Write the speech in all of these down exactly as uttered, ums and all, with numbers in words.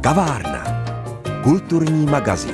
Kavárna. Kulturní magazín.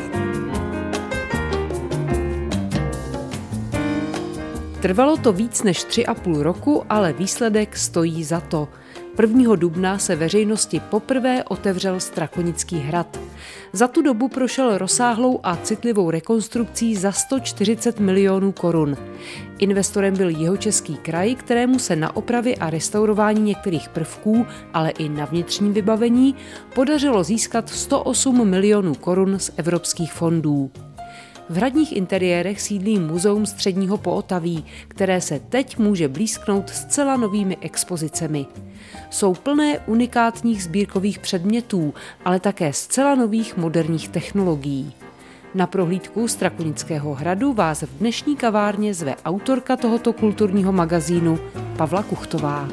Trvalo to víc než tři a půl roku, ale výsledek stojí za to. prvního dubna se veřejnosti poprvé otevřel Strakonický hrad. Za tu dobu prošel rozsáhlou a citlivou rekonstrukcí za sto čtyřicet milionů korun. Investorem byl Jihočeský kraj, kterému se na opravy a restaurování některých prvků, ale i na vnitřním vybavení podařilo získat sto osm milionů korun z evropských fondů. V hradních interiérech sídlí Muzeum středního Pootaví, které se teď může blýsknout zcela novými expozicemi. Jsou plné unikátních sbírkových předmětů, ale také zcela nových moderních technologií. Na prohlídku Strakonického hradu vás v dnešní kavárně zve autorka tohoto kulturního magazínu Pavla Kuchtová.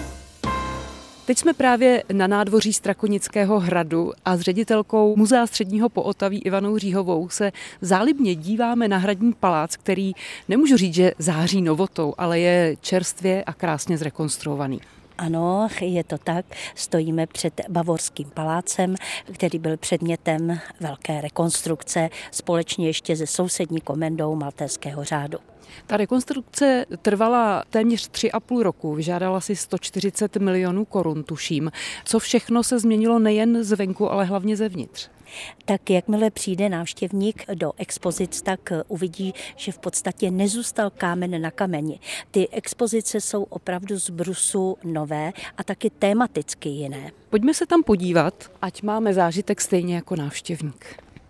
Teď jsme právě na nádvoří Strakonického hradu a s ředitelkou Muzea středního Pootaví Ivanou Říhovou se zálibně díváme na hradní palác, který nemůžu říct, že září novotou, ale je čerstvě a krásně zrekonstruovaný. Ano, je to tak. Stojíme před Bavorským palácem, který byl předmětem velké rekonstrukce společně ještě se sousední komendou Maltézského řádu. Ta rekonstrukce trvala téměř tři a půl roku, vyžádala si sto čtyřicet milionů korun, tuším. Co všechno se změnilo nejen zvenku, ale hlavně zevnitř? Tak jakmile přijde návštěvník do expozic, tak uvidí, že v podstatě nezůstal kámen na kameni. Ty expozice jsou opravdu z brusu nové a taky tematicky jiné. Pojďme se tam podívat, ať máme zážitek stejně jako návštěvník.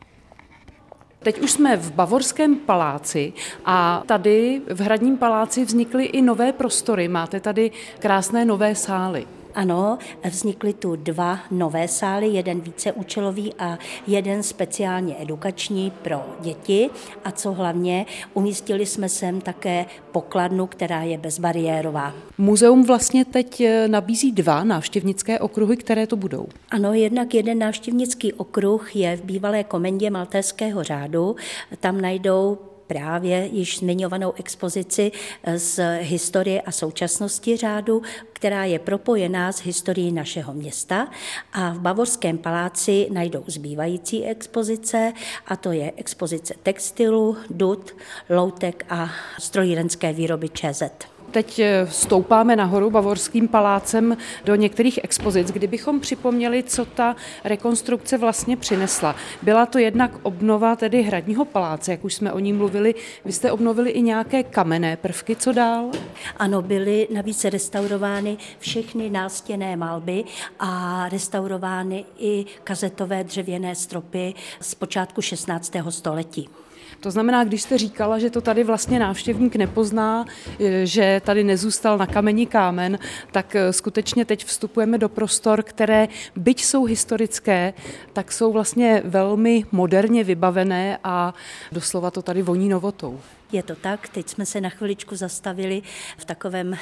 Teď už jsme v Bavorském paláci a tady v hradním paláci vznikly i nové prostory. Máte tady krásné nové sály. Ano, vznikly tu dva nové sály, jeden víceúčelový a jeden speciálně edukační pro děti. A co hlavně, umístili jsme sem také pokladnu, která je bezbariérová. Muzeum vlastně teď nabízí dva návštěvnické okruhy, které to budou. Ano, jednak jeden návštěvnický okruh je v bývalé komendě Maltézského řádu. Tam najdou právě již zmiňovanou expozici z historie a současnosti řádu, která je propojená s historií našeho města. A v Bavorském paláci najdou zbývající expozice, a to je expozice textilu, dud, loutek a strojírenské výroby Č Z. Teď stoupáme nahoru Bavorským palácem do některých expozic, kdybychom připomněli, co ta rekonstrukce vlastně přinesla. Byla to jednak obnova tedy hradního paláce, jak už jsme o ní mluvili. Vy jste obnovili i nějaké kamenné prvky, co dál? Ano, byly navíc restaurovány všechny nástěnné malby a restaurovány i kazetové dřevěné stropy z počátku šestnáctého století. To znamená, když jste říkala, že to tady vlastně návštěvník nepozná, že tady nezůstal na kameni kámen, tak skutečně teď vstupujeme do prostor, které byť jsou historické, tak jsou vlastně velmi moderně vybavené a doslova to tady voní novotou. Je to tak, teď jsme se na chviličku zastavili v takovém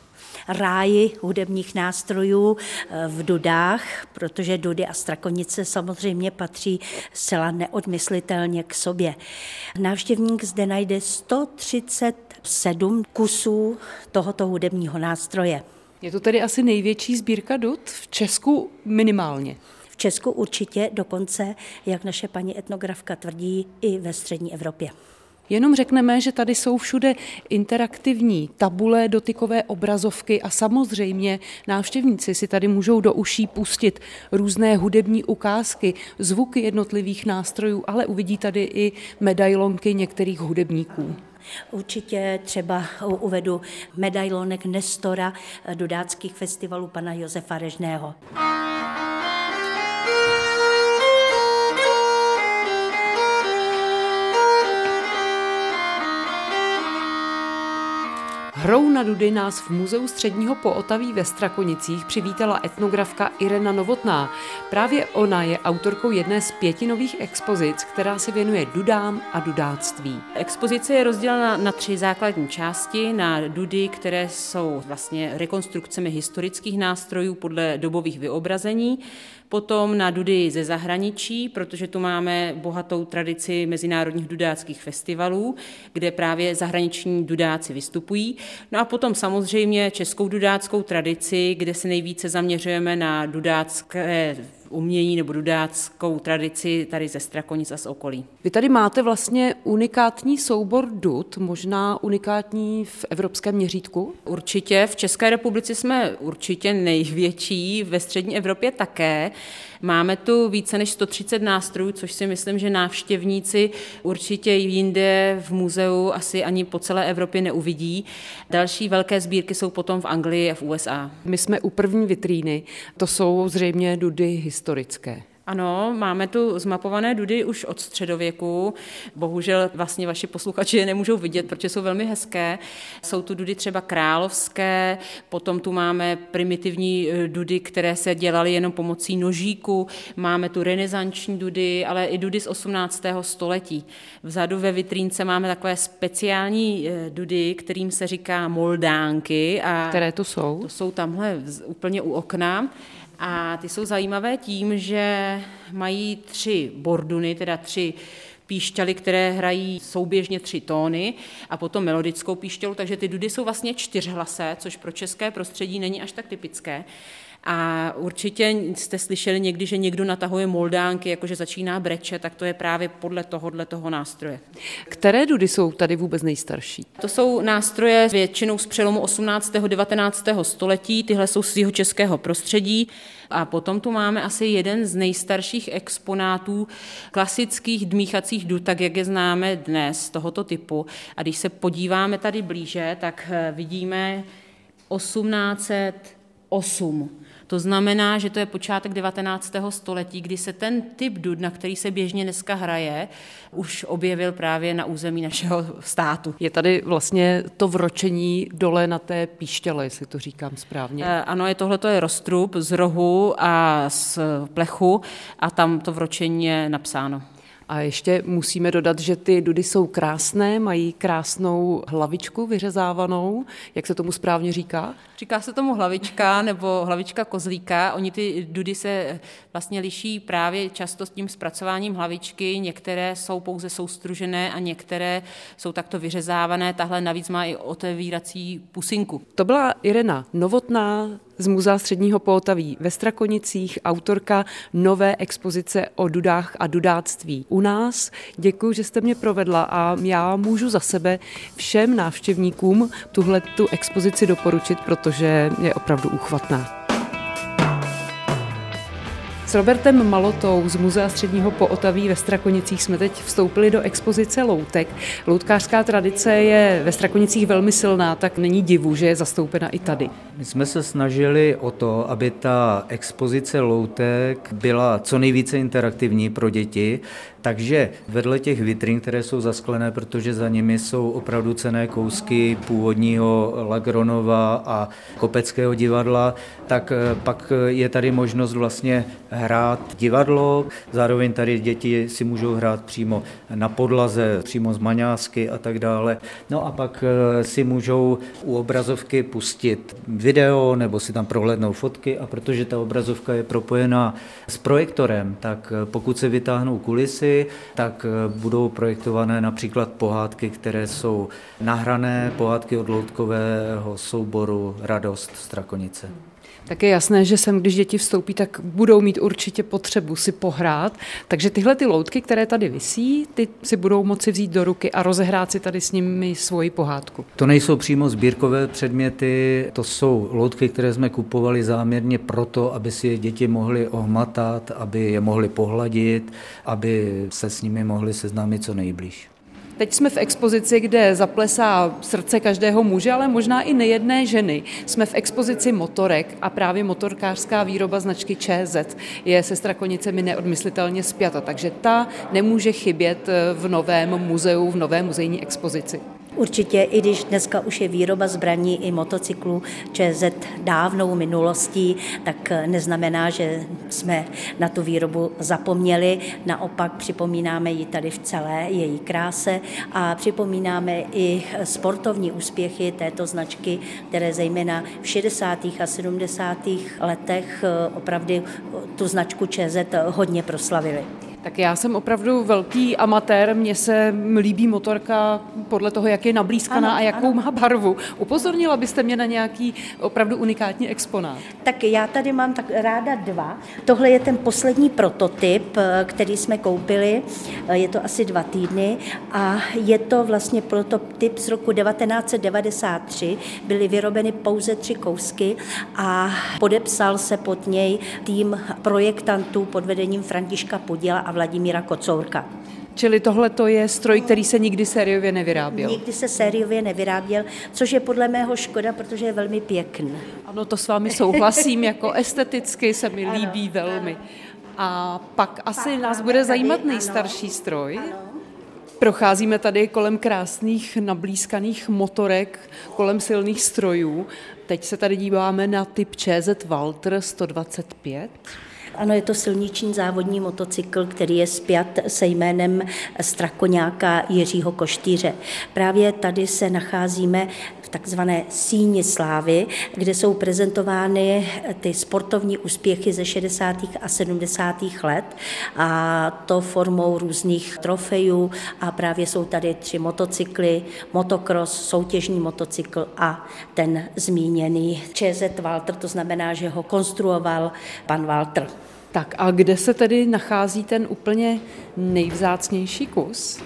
ráji hudebních nástrojů v dudách, protože dudy a strakonice samozřejmě patří zcela neodmyslitelně k sobě. Návštěvník zde najde sto třicet sedm kusů tohoto hudebního nástroje. Je to tedy asi největší sbírka dud v Česku minimálně? V Česku určitě, dokonce, jak naše paní etnografka tvrdí, i ve střední Evropě. Jenom řekneme, že tady jsou všude interaktivní tabule, dotykové obrazovky a samozřejmě návštěvníci si tady můžou do uší pustit různé hudební ukázky, zvuky jednotlivých nástrojů, ale uvidí tady i medailonky některých hudebníků. Určitě třeba uvedu medailonek Nestora dudáckých festivalů pana Josefa Režného. Hrou na dudy nás v Muzeu středního Pootaví ve Strakonicích přivítala etnografka Irena Novotná. Právě ona je autorkou jedné z pěti nových expozic, která se věnuje dudám a dudáctví. Expozice je rozdělena na tři základní části, na dudy, které jsou vlastně rekonstrukcemi historických nástrojů podle dobových vyobrazení, potom na dudy ze zahraničí, protože tu máme bohatou tradici mezinárodních dudáckých festivalů, kde právě zahraniční dudáci vystupují. No a potom samozřejmě českou dudáckou tradici, kde se nejvíce zaměřujeme na dudácké umění nebo dudáckou tradici tady ze Strakonic a z okolí. Vy tady máte vlastně unikátní soubor dud, možná unikátní v evropském měřítku? Určitě, v České republice jsme určitě největší, ve střední Evropě také. Máme tu více než sto třicet nástrojů, což si myslím, že návštěvníci určitě jinde v muzeu asi ani po celé Evropě neuvidí. Další velké sbírky jsou potom v Anglii a v U S A. My jsme u první vitríny, to jsou zřejmě dudy historické. Ano, máme tu zmapované dudy už od středověku. Bohužel vlastně vaši posluchači je nemůžou vidět, protože jsou velmi hezké. Jsou tu dudy třeba královské, potom tu máme primitivní dudy, které se dělaly jenom pomocí nožíku. Máme tu renesanční dudy, ale i dudy z osmnáctého století. Vzadu ve vitrínce máme takové speciální dudy, kterým se říká moldánky. A které to jsou? To jsou tamhle úplně u okna. A ty jsou zajímavé tím, že mají tři borduny, teda tři píšťaly, které hrají souběžně tři tóny a potom melodickou píšťalu, takže ty dudy jsou vlastně čtyřhlasé, což pro české prostředí není až tak typické. A určitě jste slyšeli někdy, že někdo natahuje moldánky, jakože začíná brečet, tak to je právě podle tohohle toho nástroje. Které dudy jsou tady vůbec nejstarší? To jsou nástroje většinou z přelomu osmnáctého devatenáctého století, tyhle jsou z jihočeského prostředí. A potom tu máme asi jeden z nejstarších exponátů klasických dmíchacích dud, tak jak je známe dnes, tohoto typu. A když se podíváme tady blíže, tak vidíme osmnáct set osm. To znamená, že to je počátek devatenáctého století, kdy se ten typ dud, na který se běžně dneska hraje, už objevil právě na území našeho státu. Je tady vlastně to vročení dole na té píšťale, jestli to říkám správně. E, ano, je tohle to je roztrup z rohu a z plechu a tam to vročení je napsáno. A ještě musíme dodat, že ty dudy jsou krásné, mají krásnou hlavičku vyřezávanou, jak se tomu správně říká? Říká se tomu hlavička nebo hlavička kozlíka. Oni ty dudy se vlastně liší právě často s tím zpracováním hlavičky. Některé jsou pouze soustružené a některé jsou takto vyřezávané. Tahle navíc má i otevírací pusinku. To byla Irena Novotná z Muzea středního Pootaví ve Strakonicích, autorka nové expozice o dudách a dudáctví u nás. Děkuji, že jste mě provedla a já můžu za sebe všem návštěvníkům tuhle tu expozici doporučit, protože je opravdu úchvatná. S Robertem Malotou z Muzea středního Pootaví ve Strakonicích jsme teď vstoupili do expozice loutek. Loutkářská tradice je ve Strakonicích velmi silná, tak není divu, že je zastoupena i tady. My jsme se snažili o to, aby ta expozice loutek byla co nejvíce interaktivní pro děti, takže vedle těch vitrín, které jsou zasklené, protože za nimi jsou opravdu cenné kousky původního Lagronova a Kopeckého divadla, tak pak je tady možnost vlastně hrát divadlo, zároveň tady děti si můžou hrát přímo na podlaze, přímo z maňásky a tak dále. No a pak si můžou u obrazovky pustit video nebo si tam prohlédnou fotky a protože ta obrazovka je propojená s projektorem, tak pokud se vytáhnou kulisy, tak budou projektované například pohádky, které jsou nahrané, pohádky od loutkového souboru Radost Strakonice. Tak je jasné, že sem, když děti vstoupí, tak budou mít určitě potřebu si pohrát. Takže tyhle ty loutky, které tady visí, ty si budou moci vzít do ruky a rozehrát si tady s nimi svoji pohádku. To nejsou přímo sbírkové předměty, to jsou loutky, které jsme kupovali záměrně proto, aby si je děti mohly ohmatat, aby je mohly pohladit, aby se s nimi mohli seznámit co nejblíž. Teď jsme v expozici, kde zaplesá srdce každého muže, ale možná i nejedné ženy. Jsme v expozici motorek a právě motorkářská výroba značky Č Z je se Strakonicemi neodmyslitelně spjata, takže ta nemůže chybět v novém muzeu, v nové muzejní expozici. Určitě, i když dneska už je výroba zbraní i motocyklů Č Z dávnou minulostí, tak neznamená, že jsme na tu výrobu zapomněli. Naopak připomínáme ji tady v celé její kráse a připomínáme i sportovní úspěchy této značky, které zejména v šedesátých a sedmdesátých letech opravdu tu značku Č Z hodně proslavily. Tak já jsem opravdu velký amatér, mně se líbí motorka podle toho, jak je nablízkaná ano, a jakou ano. má barvu. Upozornila byste mě na nějaký opravdu unikátní exponát? Tak já tady mám tak ráda dva. Tohle je ten poslední prototyp, který jsme koupili, je to asi dva týdny a je to vlastně prototyp z roku devatenáct set devadesát tři, byly vyrobeny pouze tři kousky a podepsal se pod něj tým projektantů pod vedením Františka Podíla a Vladimíra Kocourka. Čili tohle to je stroj, který se nikdy sériově nevyráběl? Nikdy se sériově nevyráběl, což je podle mého škoda, protože je velmi pěkný. Ano, to s vámi souhlasím, jako esteticky se mi ano, líbí velmi. Ano. A pak asi pak nás bude zajímat tady, nejstarší ano, stroj. Ano. Procházíme tady kolem krásných nablízkaných motorek, kolem silných strojů. Teď se tady díváme na typ Č Z Walter sto dvacet pět. Ano, je to silniční závodní motocykl, který je spjat se jménem strakoňáka Jiřího Koštýře. Právě tady se nacházíme v takzvané síni slávy, kde jsou prezentovány ty sportovní úspěchy ze šedesátých a sedmdesátých let a to formou různých trofejů a právě jsou tady tři motocykly, motocross, soutěžní motocykl a ten zmíněný Č Z Walter, to znamená, že ho konstruoval pan Walter. Tak a kde se tedy nachází ten úplně nejvzácnější kus?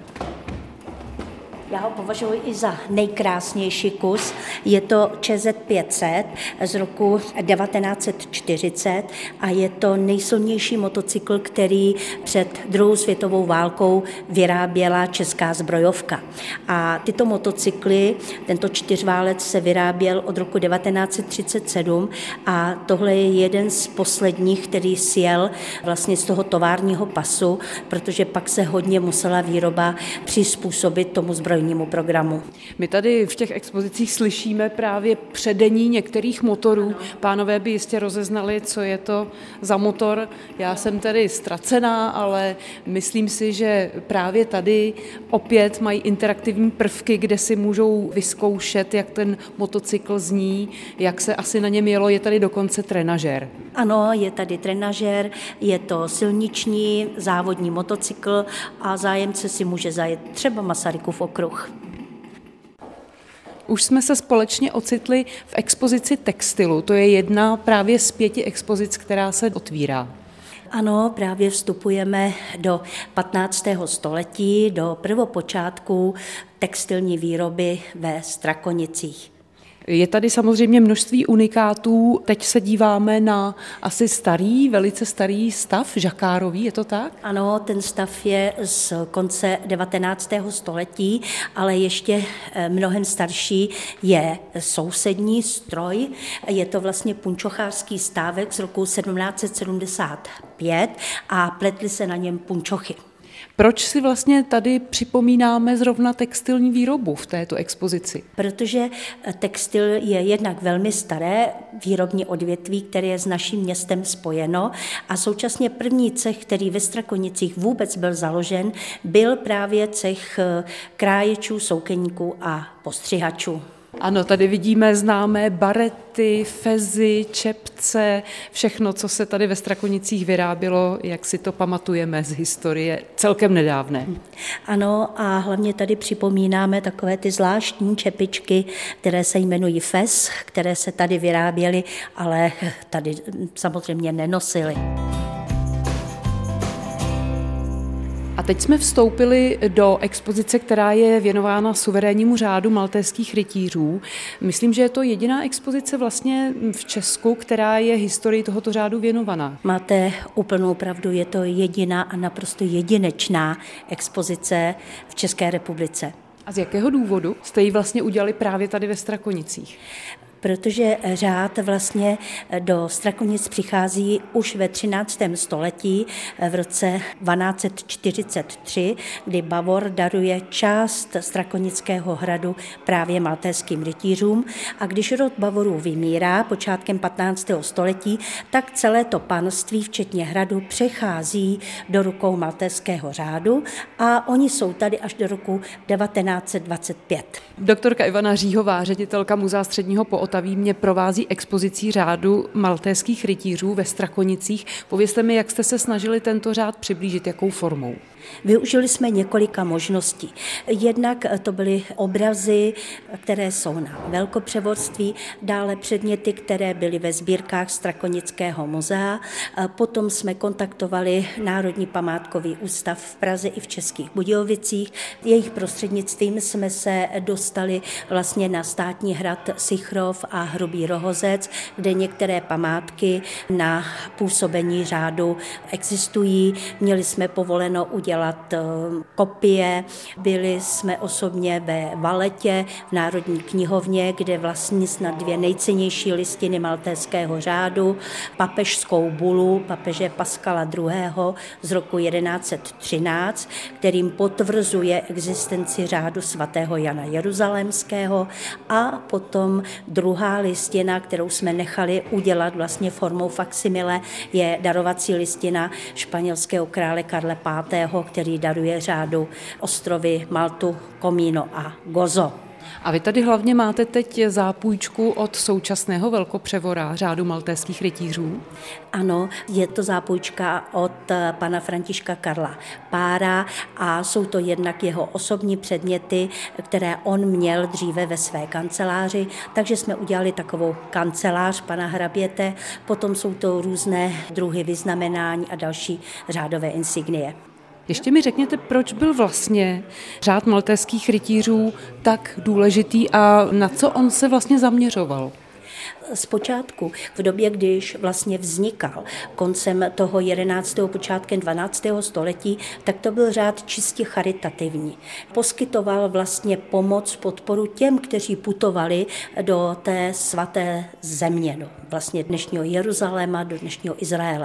Já ho považuji i za nejkrásnější kus. Je to Č Z pět set z roku devatenáct set čtyřicet a je to nejsilnější motocykl, který před druhou světovou válkou vyráběla česká zbrojovka. A tyto motocykly, tento čtyřválec se vyráběl od roku devatenáct set třicet sedm a tohle je jeden z posledních, který sjel vlastně z toho továrního pasu, protože pak se hodně musela výroba přizpůsobit tomu zbrojovnímu programu. My tady v těch expozicích slyšíme právě předení některých motorů. Pánové by jistě rozeznali, co je to za motor. Já jsem tedy ztracená, ale myslím si, že právě tady opět mají interaktivní prvky, kde si můžou vyzkoušet, jak ten motocykl zní, jak se asi na něm jelo. Je tady dokonce trenažér. Ano, je tady trenažér, je to silniční závodní motocykl a zájemce si může zajet třeba Masarykův okruh. Už jsme se společně ocitli v expozici textilu. To je jedna právě z pěti expozic, která se otvírá. Ano, právě vstupujeme do patnáctého století, do prvopočátků textilní výroby ve Strakonicích. Je tady samozřejmě množství unikátů. Teď se díváme na asi starý, velice starý stav, žakárový, je to tak? Ano, ten stav je z konce devatenáctého století, ale ještě mnohem starší je sousední stroj. Je to vlastně punčochářský stávek z roku sedmnáct set sedmdesát pět a pletly se na něm punčochy. Proč si vlastně tady připomínáme zrovna textilní výrobu v této expozici? Protože textil je jednak velmi staré výrobní odvětví, které je s naším městem spojeno a současně první cech, který ve Strakonicích vůbec byl založen, byl právě cech kráječů, soukeníků a postřihačů. Ano, tady vidíme známé barety, fezy, čepce, všechno, co se tady ve Strakonicích vyrábělo, jak si to pamatujeme z historie celkem nedávné. Ano, a hlavně tady připomínáme takové ty zvláštní čepičky, které se jmenují fez, které se tady vyráběly, ale tady samozřejmě nenosily. A teď jsme vstoupili do expozice, která je věnována suverénnímu řádu maltéských rytířů. Myslím, že je to jediná expozice vlastně v Česku, která je historii tohoto řádu věnovaná. Máte úplnou pravdu, je to jediná a naprosto jedinečná expozice v České republice. A z jakého důvodu jste ji vlastně udělali právě tady ve Strakonicích? Protože řád vlastně do Strakonic přichází už ve třináctém století v roce dvanáct set čtyřicet tři, kdy Bavor daruje část Strakonického hradu právě maltéským rytířům a když rod Bavorů vymírá počátkem patnáctého století, tak celé to panství, včetně hradu, přechází do rukou maltéského řádu a oni jsou tady až do roku devatenáct set dvacet pět. Doktorka Ivana Říhová, ředitelka Muzea středního pootří, Pootaví mě provází expozicí řádu maltéských rytířů ve Strakonicích. Povězte mi, jak jste se snažili tento řád přiblížit, jakou formou? Využili jsme několika možností. Jednak to byly obrazy, které jsou na velkopřevodství, dále předměty, které byly ve sbírkách Strakonického muzea. Potom jsme kontaktovali Národní památkový ústav v Praze i v Českých Budějovicích. Jejich prostřednictvím jsme se dostali vlastně na státní hrad Sichrov a Hrubý Rohozec, kde některé památky na působení řádu existují. Měli jsme povoleno udělat kopie, byli jsme osobně ve Valetě v Národní knihovně, kde vlastně snad dvě nejcennější listiny maltéského řádu, papežskou bulu papeže Paskala druhého. z roku jedenáct set třináct, kterým potvrzuje existenci řádu svatého Jana Jeruzalémského, a potom druhá listina, kterou jsme nechali udělat vlastně formou faksimile, je darovací listina španělského krále Karla pátého., který daruje řádu ostrovy Maltu, Comino a Gozo. A vy tady hlavně máte teď zápůjčku od současného velkopřevora řádu maltéských rytířů? Ano, je to zápůjčka od pana Františka Karla Pára a jsou to jednak jeho osobní předměty, které on měl dříve ve své kanceláři, takže jsme udělali takovou kancelář pana hraběte, potom jsou to různé druhy vyznamenání a další řádové insignie. Ještě mi řekněte, proč byl vlastně řád maltéských rytířů tak důležitý a na co on se vlastně zaměřoval? Zpočátku, v době, když vlastně vznikal koncem toho jedenáctého počátkem dvanáctého století, tak to byl řád čistě charitativní. Poskytoval vlastně pomoc, podporu těm, kteří putovali do té svaté země, do vlastně dnešního Jeruzaléma, do dnešního Izraele.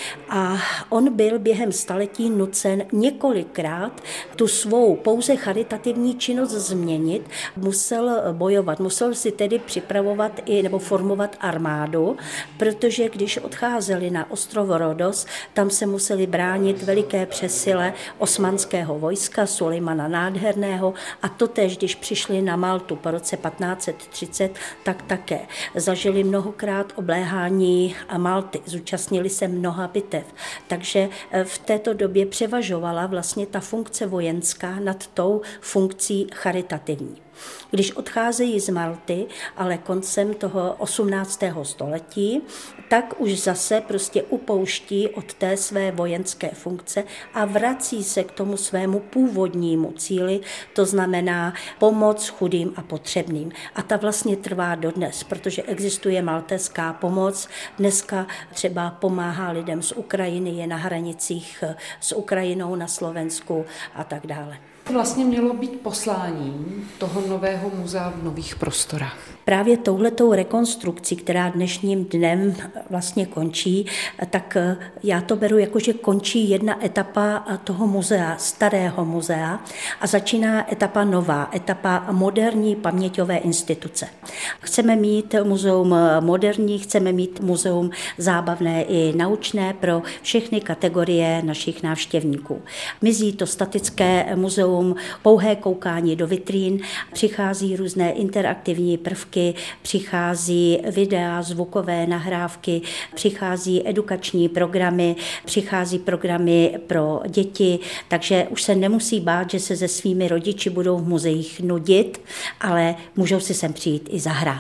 A on byl během staletí nucen několikrát tu svou pouze charitativní činnost změnit, musel bojovat, musel si tedy připravovat i nebo formovat armádu, protože když odcházeli na ostrov Rodos, tam se museli bránit veliké přesile osmanského vojska Sulejmana Nádherného, a totéž, když přišli na Maltu po roce patnáct set třicet, tak také zažili mnohokrát obléhání Malty, zúčastnili se mnoha bitev, takže v této době převažovala vlastně ta funkce vojenská nad tou funkcí charitativní. Když odcházejí z Malty, ale koncem toho osmnáctého století, tak už zase prostě upouští od té své vojenské funkce a vrací se k tomu svému původnímu cíli, to znamená pomoc chudým a potřebným. A ta vlastně trvá dodnes, protože existuje maltéská pomoc. Dneska třeba pomáhá lidem z Ukrajiny, je na hranicích s Ukrajinou na Slovensku a tak dále. Vlastně mělo být posláním toho nového muzea v nových prostorách. Právě touhletou rekonstrukcí, která dnešním dnem vlastně končí, tak já to beru jako, že končí jedna etapa toho muzea, starého muzea, a začíná etapa nová, etapa moderní paměťové instituce. Chceme mít muzeum moderní, chceme mít muzeum zábavné i naučné pro všechny kategorie našich návštěvníků. Mizí to statické muzeum, pouhé koukání do vitrín, přichází různé interaktivní prvky, přichází videa, zvukové nahrávky, přichází edukační programy, přichází programy pro děti, takže už se nemusí bát, že se se svými rodiči budou v muzeích nudit, ale můžou si sem přijít i zahrát.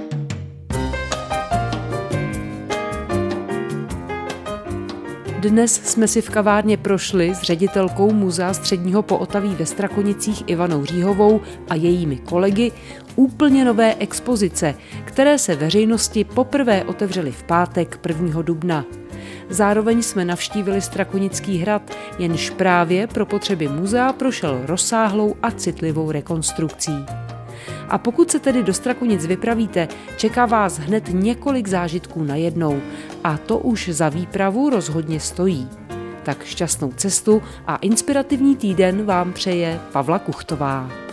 Dnes jsme si v kavárně prošli s ředitelkou Muzea středního Pootaví ve Strakonicích Ivanou Říhovou a jejími kolegy úplně nové expozice, které se veřejnosti poprvé otevřely v pátek prvního dubna. Zároveň jsme navštívili Strakonický hrad, jenž právě pro potřeby muzea prošel rozsáhlou a citlivou rekonstrukcí. A pokud se tedy do Strakonic vypravíte, čeká vás hned několik zážitků najednou a to už za výpravu rozhodně stojí. Tak šťastnou cestu a inspirativní týden vám přeje Pavla Kuchtová.